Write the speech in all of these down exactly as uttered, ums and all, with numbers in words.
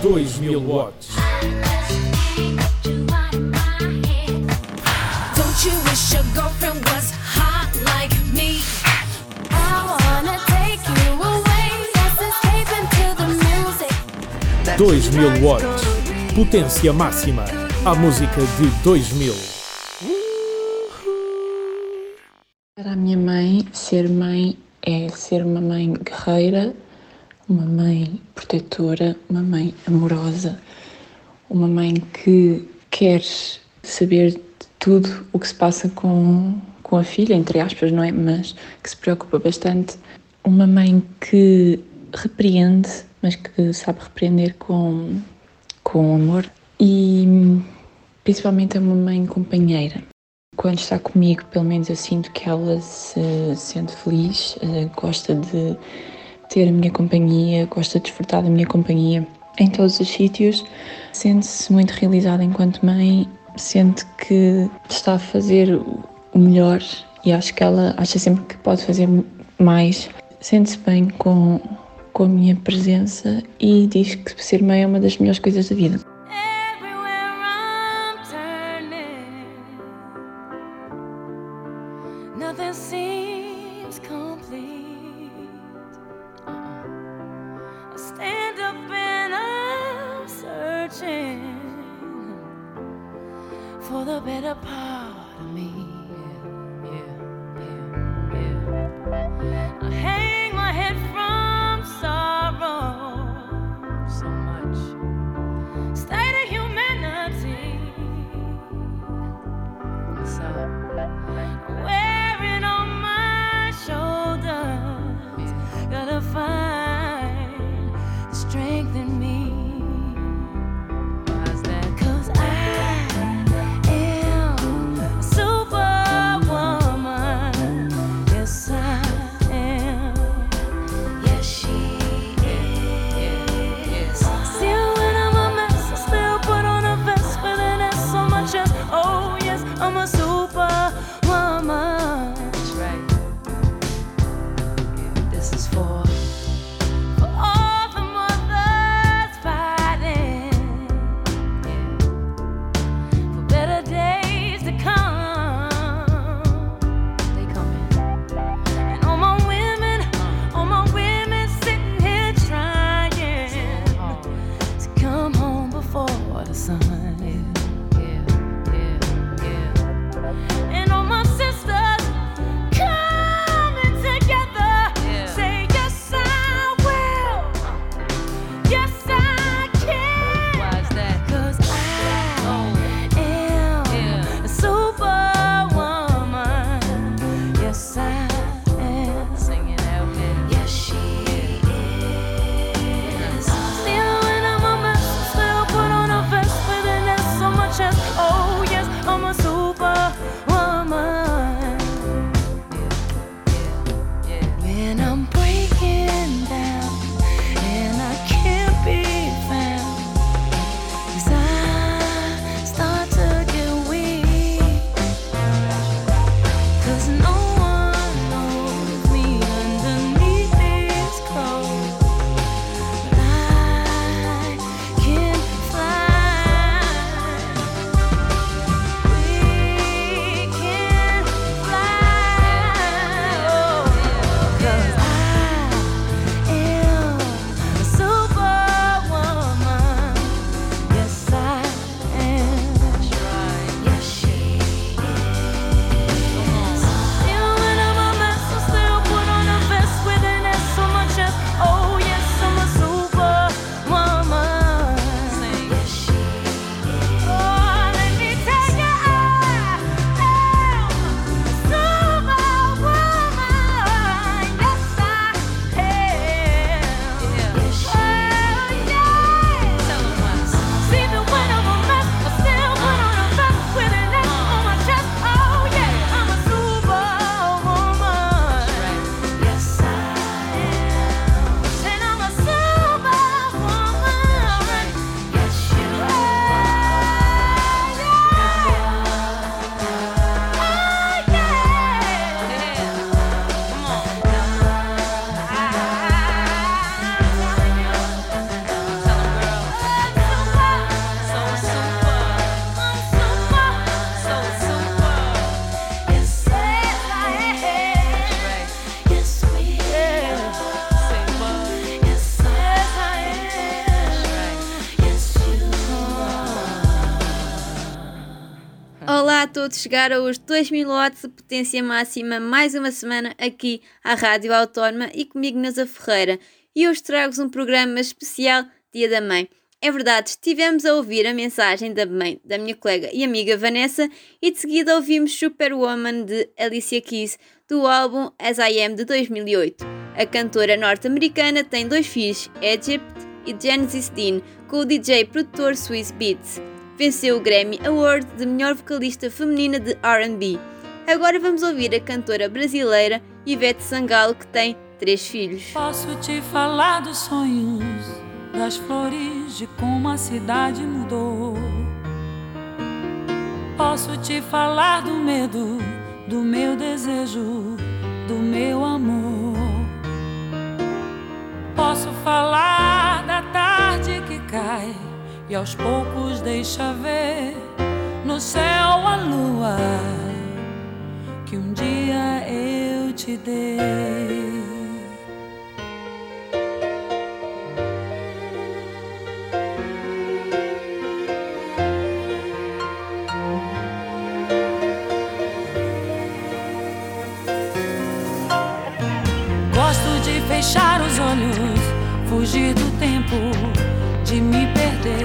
dois mil watts. Don't you wish your girlfriend was hot like me? I wanna take you away. Let's escape into the music. dois mil watts. Potência máxima. A música de dois mil. Para a minha mãe, ser mãe é ser uma mãe guerreira, uma mãe protetora, uma mãe amorosa, uma mãe que quer saber de tudo o que se passa com, com a filha, entre aspas, não é? Mas que se preocupa bastante. Uma mãe que repreende, mas que sabe repreender com, com amor. E principalmente é uma mãe companheira. Quando está comigo, pelo menos eu sinto que ela se sente feliz, gosta de ter a minha companhia, gosta de desfrutar da minha companhia em todos os sítios. Sente-se muito realizada enquanto mãe, sente que está a fazer o melhor e acho que ela acha sempre que pode fazer mais. Sente-se bem com, com a minha presença e diz que ser mãe é uma das melhores coisas da vida. Nothing seems complete. I stand up and I'm searching for the better part of me. Yeah, yeah, yeah, yeah. I hang my head from sorrow so much. State of humanity. So, wearing on my shoulders, gotta find the strength in me. Why's that? 'Cause I am a superwoman. Yes, I am. Yes, she is. Still when I'm a mess, I still put on a vest, feeling it so much as, oh yes, I'm a superwoman. That's right. Yeah, this is for for all the mothers fighting, yeah, for better days to come. They coming. And all my women, all my women sitting here trying to come home before the sun. Yeah, yeah, yeah. And all my sisters coming together, yeah. Say yes, todos chegar aos dois mil watts de potência máxima mais uma semana aqui à Rádio Autónoma e comigo Neuza Ferreira. E hoje trago-vos um programa especial Dia da Mãe. É verdade, estivemos a ouvir a mensagem da mãe da minha colega e amiga Vanessa e de seguida ouvimos Superwoman de Alicia Keys do álbum As I Am de dois mil e oito. A cantora norte-americana tem dois filhos, Egypt e Genesis Dean, com o D J produtor Swizz Beatz. Venceu o Grammy Award de melhor vocalista feminina de R and B. Agora vamos ouvir a cantora brasileira Ivete Sangalo, que tem três filhos. Posso te falar dos sonhos, das flores, de como a cidade mudou. Posso te falar do medo, do meu desejo, do meu amor. Posso falar da tarde que cai e aos poucos deixa ver no céu a lua que um dia eu te dei. Gosto de fechar os olhos, fugir do tempo, de me perder.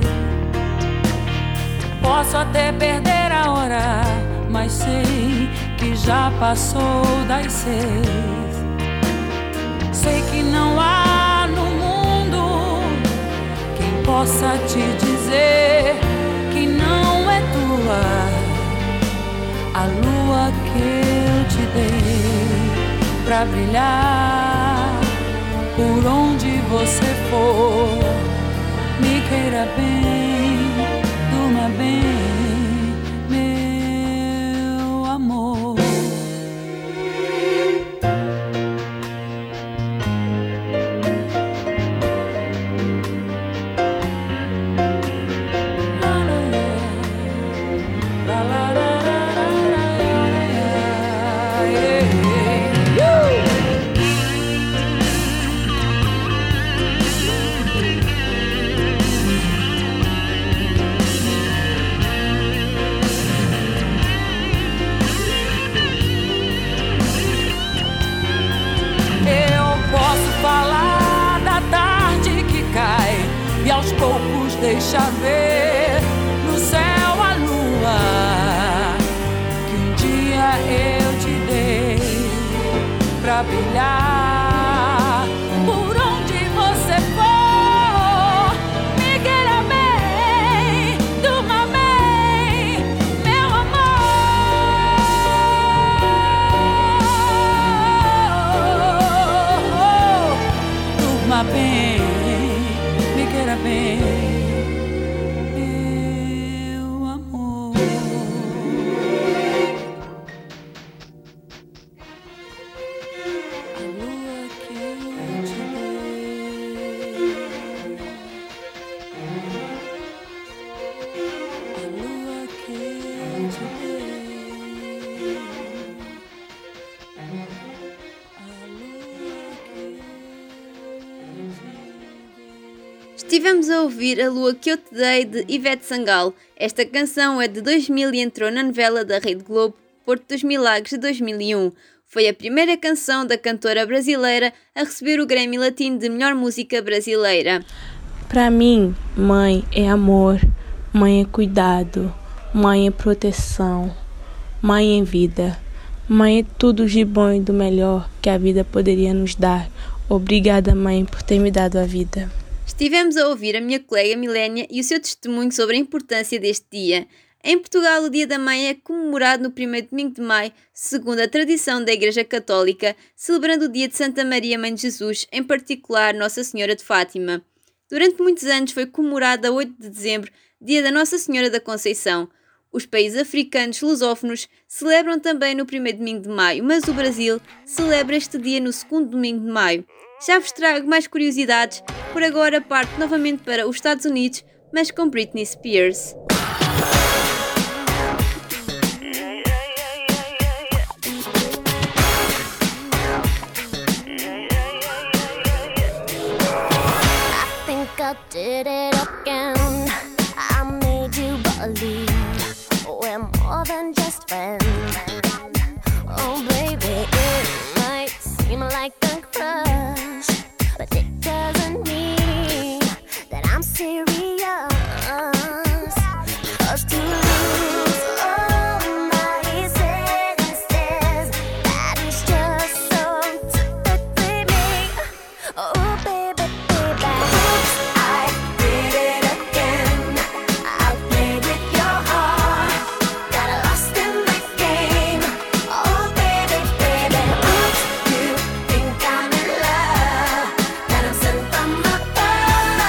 Posso até perder a hora, mas sei que já passou das seis. Sei que não há no mundo quem possa te dizer que não é tua a lua que eu te dei pra brilhar por onde você for. Me queira bem, durma bem, meu amor. E aos poucos deixa ver no céu a lua que um dia eu te dei pra brilhar por onde você for. Me queira bem, durma bem, meu amor. Durma bem, bem, meu amor. A lua que eu te dei, a lua que eu te dei, a lua que eu te dei. Estivemos a ouvir A Lua que eu te dei de Ivete Sangalo. Esta canção é de dois mil e entrou na novela da Rede Globo Porto dos Milagres de dois mil e um. Foi a primeira canção da cantora brasileira a receber o Grammy Latino de melhor música brasileira. Para mim, mãe é amor, mãe é cuidado, mãe é proteção, mãe é vida. Mãe é tudo de bom e do melhor que a vida poderia nos dar. Obrigada, mãe, por ter me dado a vida. Estivemos a ouvir a minha colega Milénia e o seu testemunho sobre a importância deste dia. Em Portugal, o Dia da Mãe é comemorado no primeiro domingo de maio, segundo a tradição da Igreja Católica, celebrando o dia de Santa Maria Mãe de Jesus, em particular Nossa Senhora de Fátima. Durante muitos anos foi comemorado a oito de dezembro, dia da Nossa Senhora da Conceição. Os países africanos lusófonos celebram também no primeiro domingo de maio, mas o Brasil celebra este dia no segundo domingo de maio. Já vos trago mais curiosidades, por agora parto novamente para os Estados Unidos, mas com Britney Spears. I think I did it again. I made you believe we're more than just friends. Oh baby, it might seem like a crush, but it doesn't mean that I'm serious. 'Cause to lose all my senses, that is just so typically me. Oh baby, baby, oops, I did it again. I played with your heart, got lost in the game. Oh baby, baby, oops, you think I'm in love, that I'm sent from above.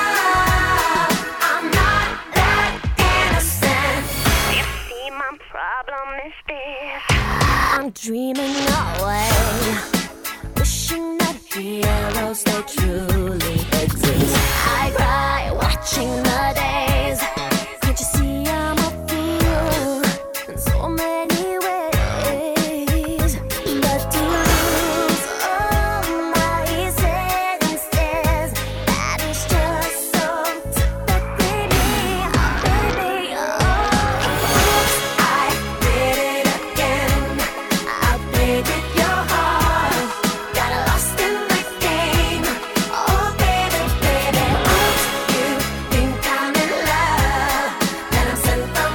I'm not that innocent. You see, my problem is this: I'm dreaming away, wishing that heroes they truly exist. I cry watching the days. Can't you see I'm a fool in so many ways? But to lose all my senses, that is just so typically me. Oh baby, oh, oops, I did it again. I played with your heart, got lost in the game. Oh baby, baby, oops, you think I'm in love, that I'm sent from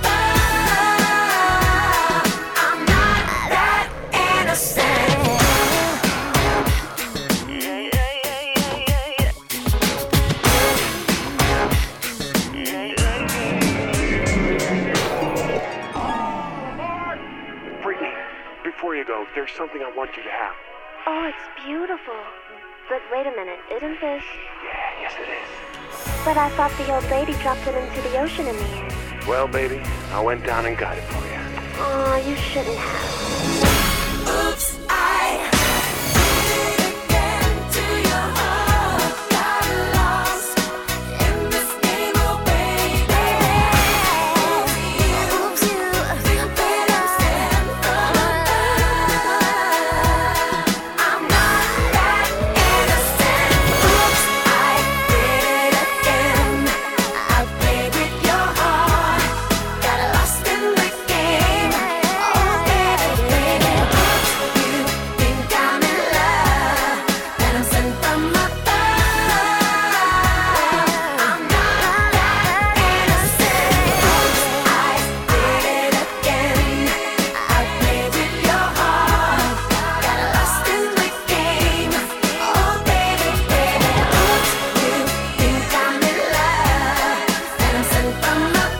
above. I'm not that innocent. Brittany, before you go, there's something I want you to have. Oh, it's beautiful. But wait a minute, isn't this? Yeah, yes it is. But I thought the old lady dropped it into the ocean in the end. Well, baby, I went down and got it for you. Oh, you shouldn't have. Oops, I did it again to your heart. Got lost in this game, oh baby. Oops, you think that I'm sent from above. I'm not that innocent. Oops, I did it again. I played with your heart, got lost in the game. Oh baby, baby, oops, you think I'm in love, that I'm sent from above. I'm not that innocent. Oops, I did it again. I played with your heart, got lost in the game. Oh baby, baby, oops, you think I'm in love, that I'm sent from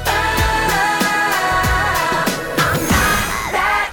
above. I'm not that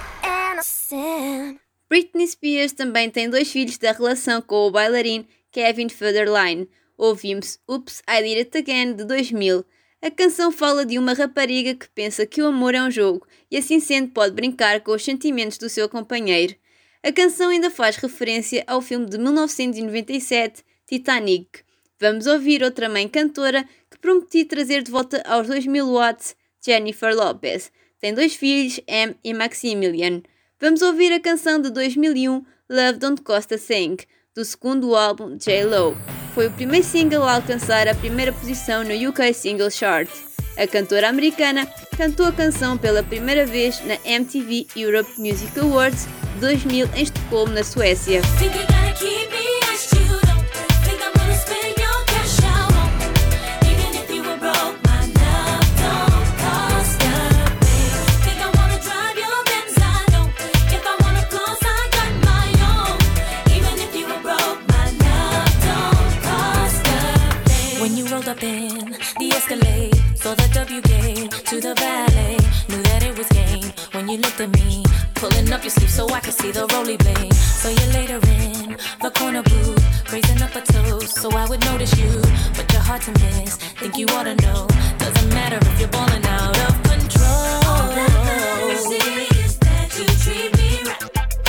innocent. Britney Spears também tem dois filhos da relação com o bailarino Kevin Federline. Ouvimos Oops, I Did It Again, de dois mil. A canção fala de uma rapariga que pensa que o amor é um jogo e assim sendo pode brincar com os sentimentos do seu companheiro. A canção ainda faz referência ao filme de mil novecentos e noventa e sete, Titanic. Vamos ouvir outra mãe cantora que prometi trazer de volta aos dois mil watts, Jennifer Lopez. Tem dois filhos, Em e Maximilian. Vamos ouvir a canção de dois mil e um, Love Don't Cost a Thing, do segundo álbum J-Lo. Foi o primeiro single a alcançar a primeira posição no U K Single Chart. A cantora americana cantou a canção pela primeira vez na M T V Europe Music Awards de dois mil em Estocolmo, na Suécia. Think you gotta keep me as you don't think I'm gonna spend your cash out on me. Even if you were broke, my love don't cost a thing. Think I wanna drive your Benz, I don't. If I wanna clothes, I got my own. Even if you were broke, my love don't cost a thing. When you rolled up in the Escalade, saw the W game to the valet, knew that it was game when you looked at me, pulling up your sleeve so I could see the roly bling. So you later in the corner booth, raising up a toast so I would notice you, but you're hard to miss. Think you ought to know, doesn't matter if you're balling out of control. All that matters is that you treat me right.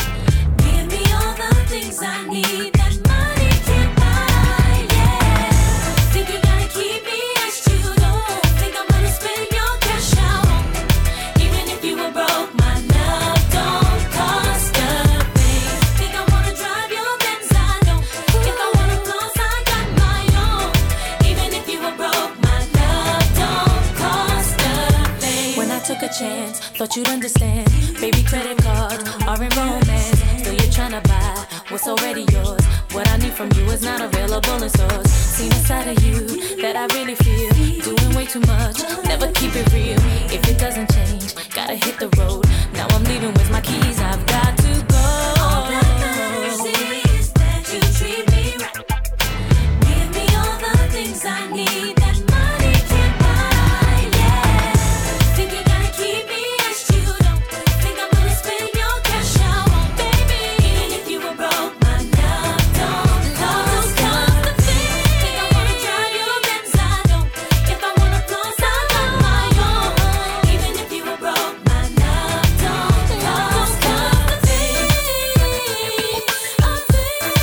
Give me all the things I need that money can't buy, yeah. Think you gotta keep me as you don't think I'm gonna spend your cash out on me. Even if you were broke, my love don't cost a thing. Think I wanna drive your Benz, I don't. If I wanna clothes, I got my own. Even if you were broke, my love don't cost a thing. When I took a chance, thought thought you'd understand. Baby, credit cards are in romance. Still you're tryna buy what's already yours. What I need from you is not available in stores. Seen a side of you that I really feel. Doing way too much, never keep it real. If it doesn't change, gotta hit the road. Now I'm leaving with my keys, I've got to go. All that matters is that you treat me right. Give me all the things I need that money can't buy, yeah. Think you gotta keep me as you don't. Think I'm gonna spend your cash out on baby. Even if you were broke, my love don't cost the thing. Think I wanna drive your Benz, I don't. If I wanna floss, I got my own. Even if you were broke, my love don't cost the thing. A thing, a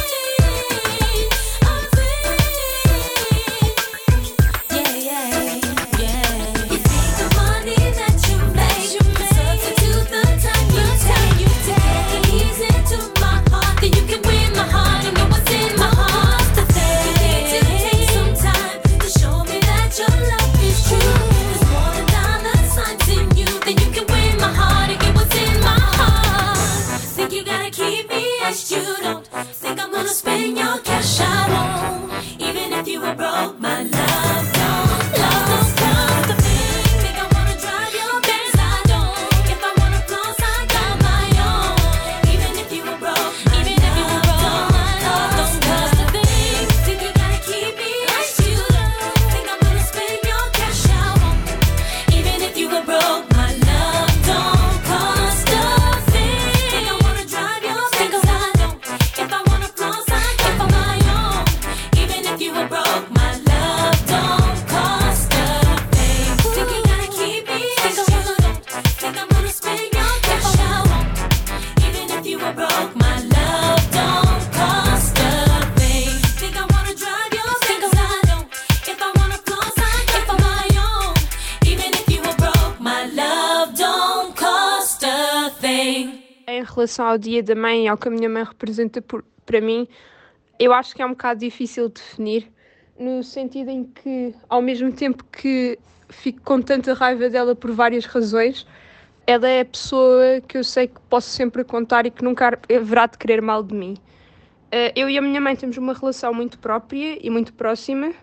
thing. Yeah, yeah, yeah. You think the money that you make substitute the time you take. You take the keys into my heart, then you can win my heart and know what's in my heart. The thing you need to take some time to show me that your love is true. There's more than dollar signs in you, then you can win my heart and get what's in my heart. Think you gotta keep me as you don't. Think I'm gonna spend your cash, I won't. Even if you were broke, my love don't love cost the thing. Think I wanna drive your Benz, I don't. If I wanna floss, I got my own. Even if you were broke, even if you were broke, my love don't cost the thing. Think you gotta keep me as you don't. Think I'm gonna spend your cash, I won't. Even if you were broke, my love don't cost a thing. Think I wanna drive your Benz, I don't. If I wanna floss, I got my own. Even if you were broke, my love don't cost a thing. Think you gotta keep me as you don't. Think I'm gonna spend your cash, I won't. Even if you were broke, my love don't cost a thing. Think I wanna drive your Benz, I don't. If I wanna floss, I got my own. Even if you were broke, my love don't cost a thing. Em relação ao Dia da Mãe e ao que a minha mãe representa por- para mim, eu acho que é um bocado difícil de definir, no sentido em que, ao mesmo tempo que fico com tanta raiva dela por várias razões, ela é a pessoa que eu sei que posso sempre contar e que nunca haverá de querer mal de mim. Eh, Eu e a minha mãe temos uma relação muito própria e muito próxima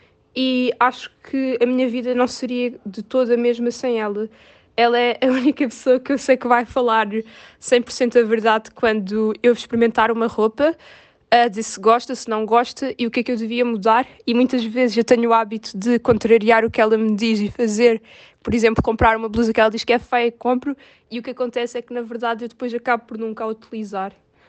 e acho que a minha vida não seria de toda a mesma sem ela. Ela é a única pessoa que eu sei que vai falar cem por cento a verdade quando eu experimentar uma roupa, a dizer se gosta, se não gosta e o que é que eu devia mudar. E muitas vezes eu tenho o hábito de contrariar o que ela me diz e fazer, por exemplo, comprar uma blusa que ela diz que é feia, compro, e o que acontece é que na verdade eu depois acabo por nunca a utilizar.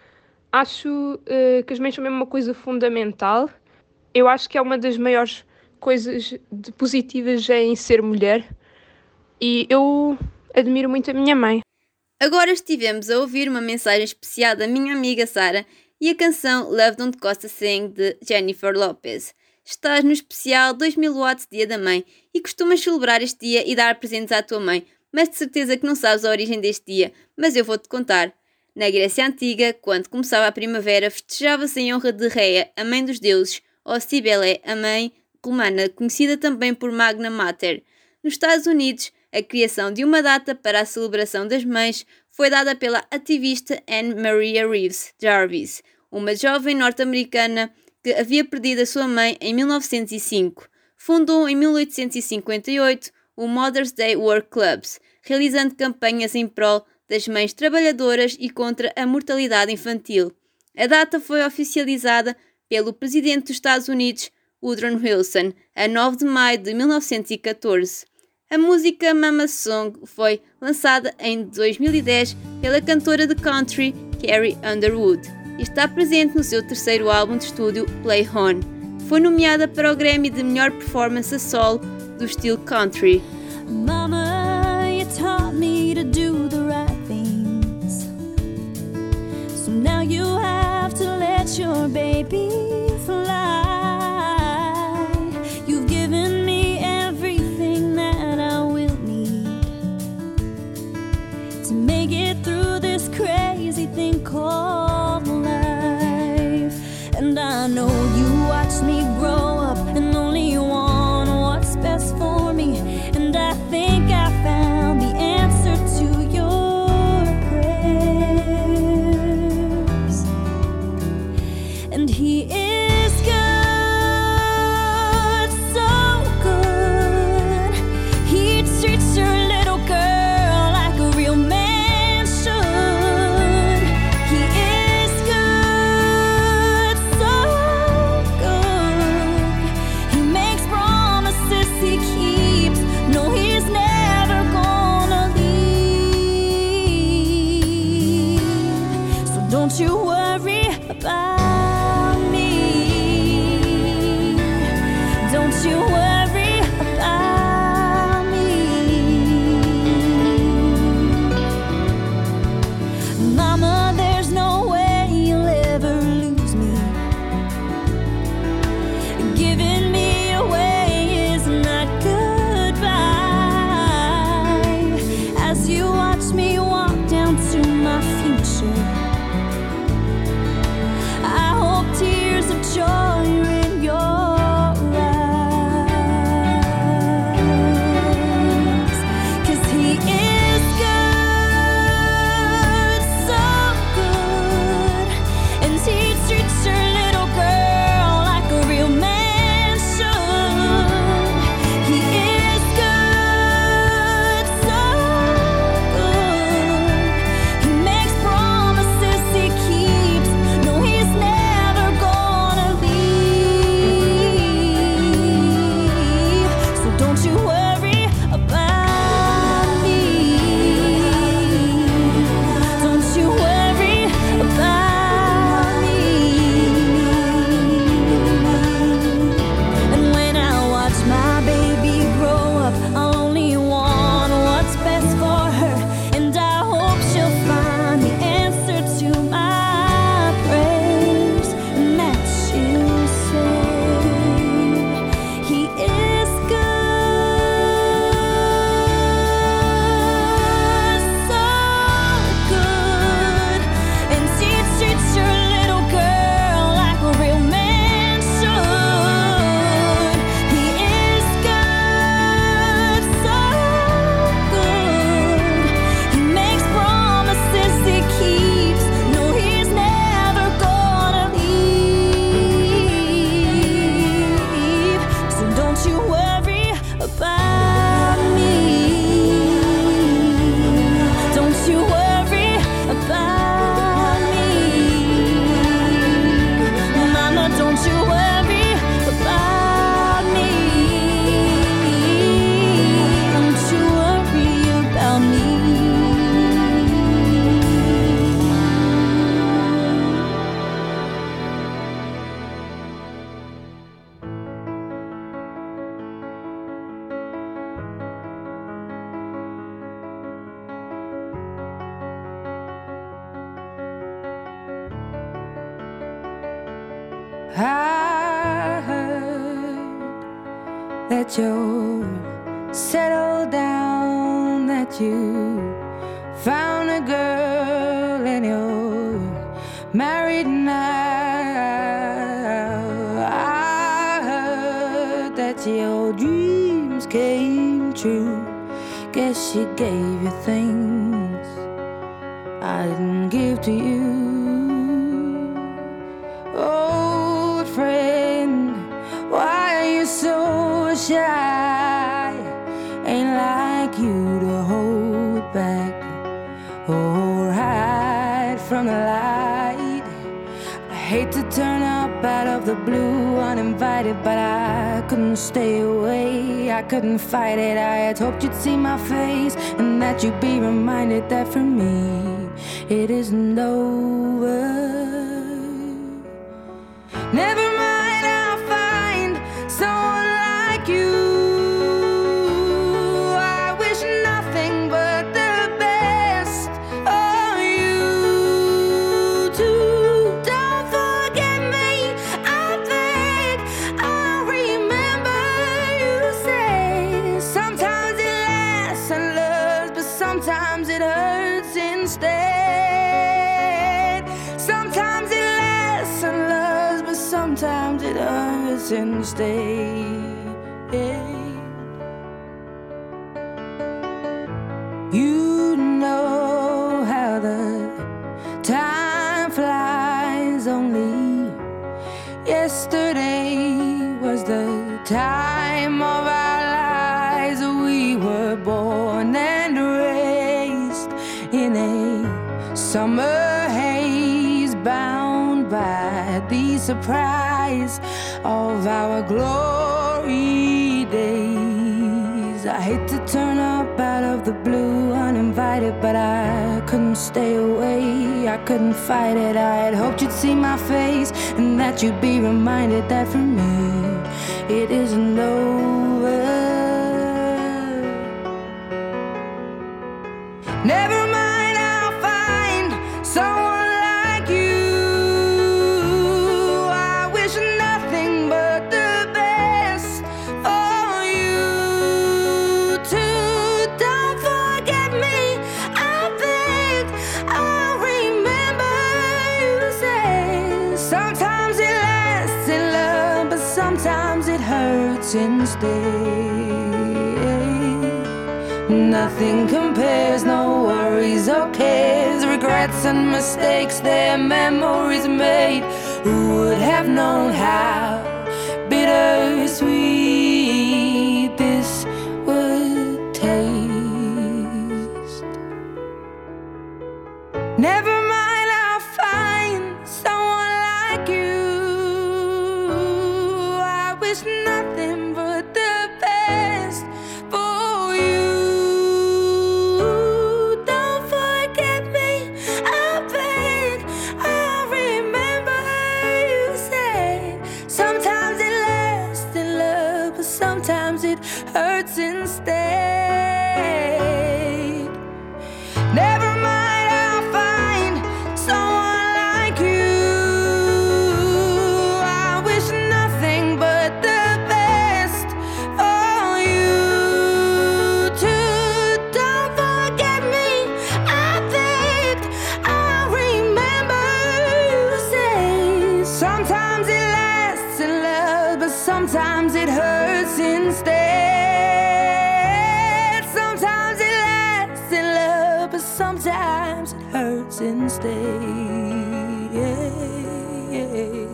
Acho eh, que as mães são mesmo uma coisa fundamental. Eu acho que é uma das maiores coisas de positivas em ser mulher e eu admiro muito a minha mãe. Agora estivemos a ouvir uma mensagem especial da minha amiga Sara e a canção Love Don't Cost a Thing de Jennifer Lopez. Estás no especial dois mil watts Dia da Mãe e costumas celebrar este dia e dar presentes à tua mãe, mas de certeza que não sabes a origem deste dia, mas eu vou-te contar. Na Grécia Antiga, quando começava a primavera, festejava-se em honra de Rhea, a mãe dos deuses, ou Cibele, a mãe romana, conhecida também por Magna Mater. Nos Estados Unidos, a criação de uma data para a celebração das mães foi dada pela ativista Anne Maria Reeves Jarvis, uma jovem norte-americana que havia perdido a sua mãe em mil novecentos e cinco. Fundou em mil oitocentos e cinquenta e oito o Mother's Day Work Clubs, realizando campanhas em prol das mães trabalhadoras e contra a mortalidade infantil. A data foi oficializada pelo presidente dos Estados Unidos, Woodrow Wilson, a nove de maio de mil novecentos e catorze. A música Mama's Song foi lançada em dois mil e dez pela cantora de country Carrie Underwood e está presente no seu terceiro álbum de estúdio Play On. Foi nomeada para o Grammy de melhor performance a solo do estilo country. Mama, you taught me to do the right things. So now you have to let your baby fly. You've given me everything that I will need to make it through this crazy thing called life. And I know you watched me grow up and only want what's best for me. And I think I found the answer to He is good, so good. He treats your little girl like a real man should. He is good, so good. He makes promises he keeps. No, he's never gonna leave. So don't you worry about me. Don't you worry about me. Mama, there's no way you'll ever lose me. Giving me away is not goodbye. As you watch me walk down to my future, I hope tears of joy are in your eyes. 'Cause he is good, so good. And he treats your little girl like a real man should. He is good, so good. He makes promises he keeps. No, he's never gonna leave. So don't you worry about me. Don't you worry about me. And when I watch my baby grow up, I'll only want what's best for her. And I hope she'll find the answer to my prayers. And that she'll say, he is good, so good. And he treats your little girl like a real man should. He is good, so good. He makes promises he keeps. No, he's never gonna leave. So don't you worry about me. Don't you worry about me. Mama, don't you worry about me. Don't you worry about me. I heard that you're settled down, that you found a girl and you're married now. I heard that your dreams came true. Guess she gave you things I didn't give to you. Old friend, why are you so shy? Ain't like you to hold back or hide from the light. I hate to turn up out of the blue uninvited, but I couldn't stay away. I couldn't fight it. I had hoped you'd see my face and that you'd be reminded that for me it isn't over. Never mind, I'll find someone like you. I wish nothing but the best of you too. Don't forget me, I think I remember you say sometimes it lasts and loves, but sometimes it hurts instead. Sometimes it lasts and loves, but sometimes it hurts instead. You know how the time flies, only Yesterday was the time of our lives. We were born and raised in a summer haze, bound by the surprise of our glory days. I hate to turn up out of the blue uninvited, but I couldn't stay away, I couldn't fight it. I had hoped you'd see my face and that you'd be reminded that for me it isn't over. Never mind, I'll find someone like you. I wish nothing but the best for you too. Don't forget me, I beg. I'll remember you said sometimes it lasts in love, but sometimes it hurts instead. Nothing compares, no worries or cares, regrets and mistakes, their memories made. Who would have known how bittersweet this would taste? Never mind, I'll find someone like you. I wish nothing but the best for you. Don't forget me, I beg. I'll remember you said sometimes it lasts in love, but sometimes it hurts instead. Never mind, I'll find someone like you. I wish nothing but the best for you too. Don't forget me, I beg. I'll remember you say sometimes it lasts in love, but sometimes it hurts instead. Sometimes it lasts in love, but sometimes it hurts instead.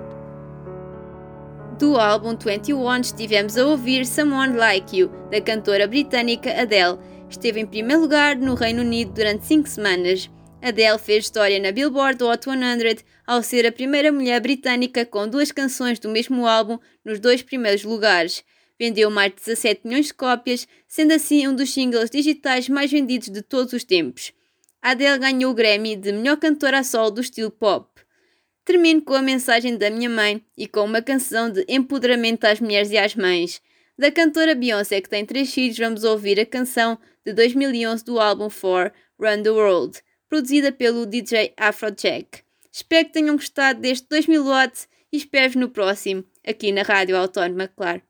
Do álbum vinte e um estivemos a ouvir Someone Like You, da cantora britânica Adele. Esteve em primeiro lugar no Reino Unido durante cinco semanas. Adele fez história na Billboard Hot cem ao ser a primeira mulher britânica com duas canções do mesmo álbum nos dois primeiros lugares. Vendeu mais de dezassete milhões de cópias, sendo assim um dos singles digitais mais vendidos de todos os tempos. Adele ganhou o Grammy de melhor cantora a solo do estilo pop. Termino com a mensagem da minha mãe e com uma canção de empoderamento às mulheres e às mães. Da cantora Beyoncé, que tem três filhos, vamos ouvir a canção de dois mil e onze do álbum For Run the World, produzida pelo D J Afrojack. Espero que tenham gostado deste dois mil watts e espero-vos no próximo, aqui na Rádio Autónoma, claro.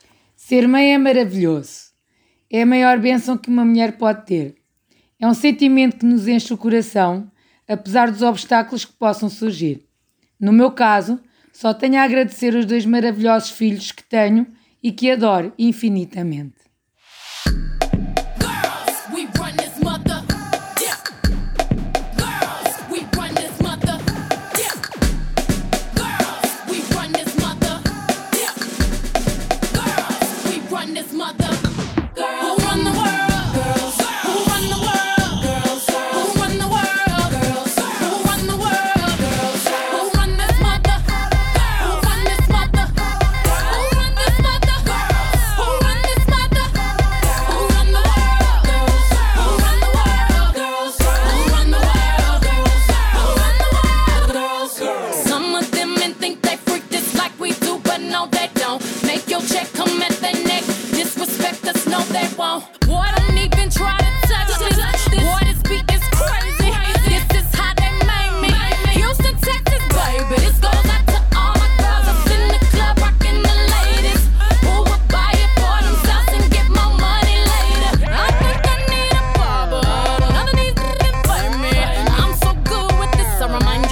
Ser mãe é maravilhoso. É a maior bênção que uma mulher pode ter. É um sentimento que nos enche o coração, apesar dos obstáculos que possam surgir. No meu caso, só tenho a agradecer os dois maravilhosos filhos que tenho e que adoro infinitamente.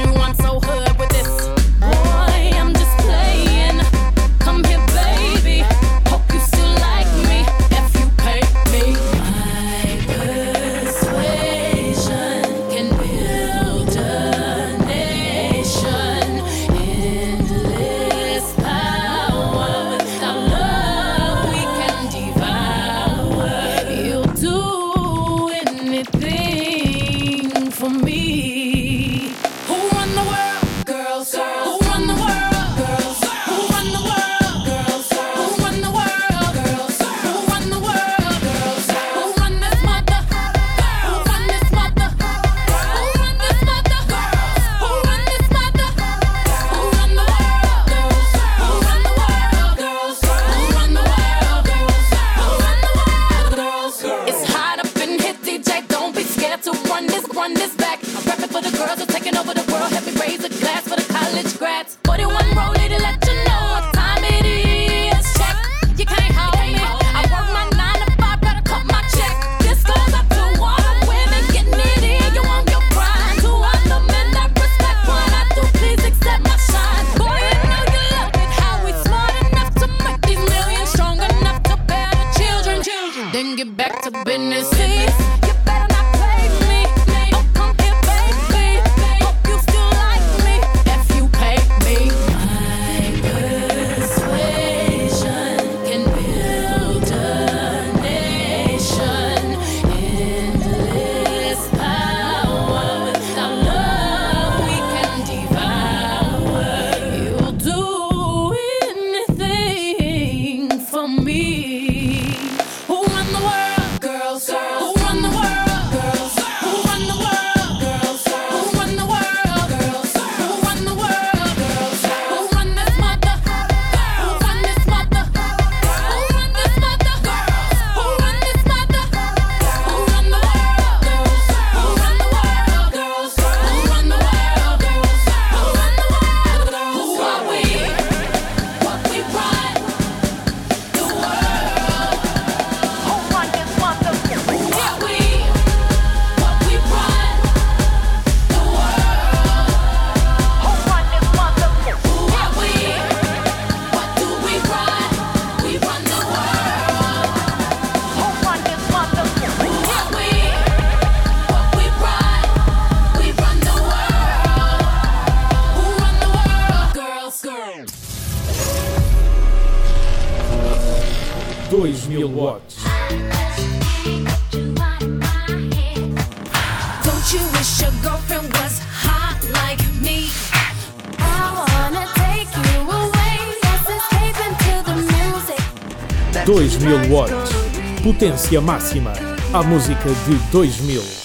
Baby business is. You better not play me. Oh, come here, baby. Hope you still like me if you pay me. My persuasion can build a nation. Endless power. Without love, we can devour. You'll do anything for me. Who run the world? Girls, girls. Who run the world? Girls. Who run the world? Girls. Who run the world? Girls. Who run the world? Girls. Who run this mother? Who run this mother? Who run this mother? Who run this mother? Who run the world? Girls. Who run the world? Girls. Who run the world? Girls. Who run the world? Who are we? What we run? The world. Who run this mother? Who are we? What we run? The world. Who run this mother? Who are we? What do we run? We run the world. Who run this mother? Who are we? What we run? We run the world. Who run the world? Girls, girls. dois mil watts. Don't you wish your girlfriend was hot like me? I wanna take you away. Let's escape into the music. dois mil watts. Potência máxima. A música de dois mil.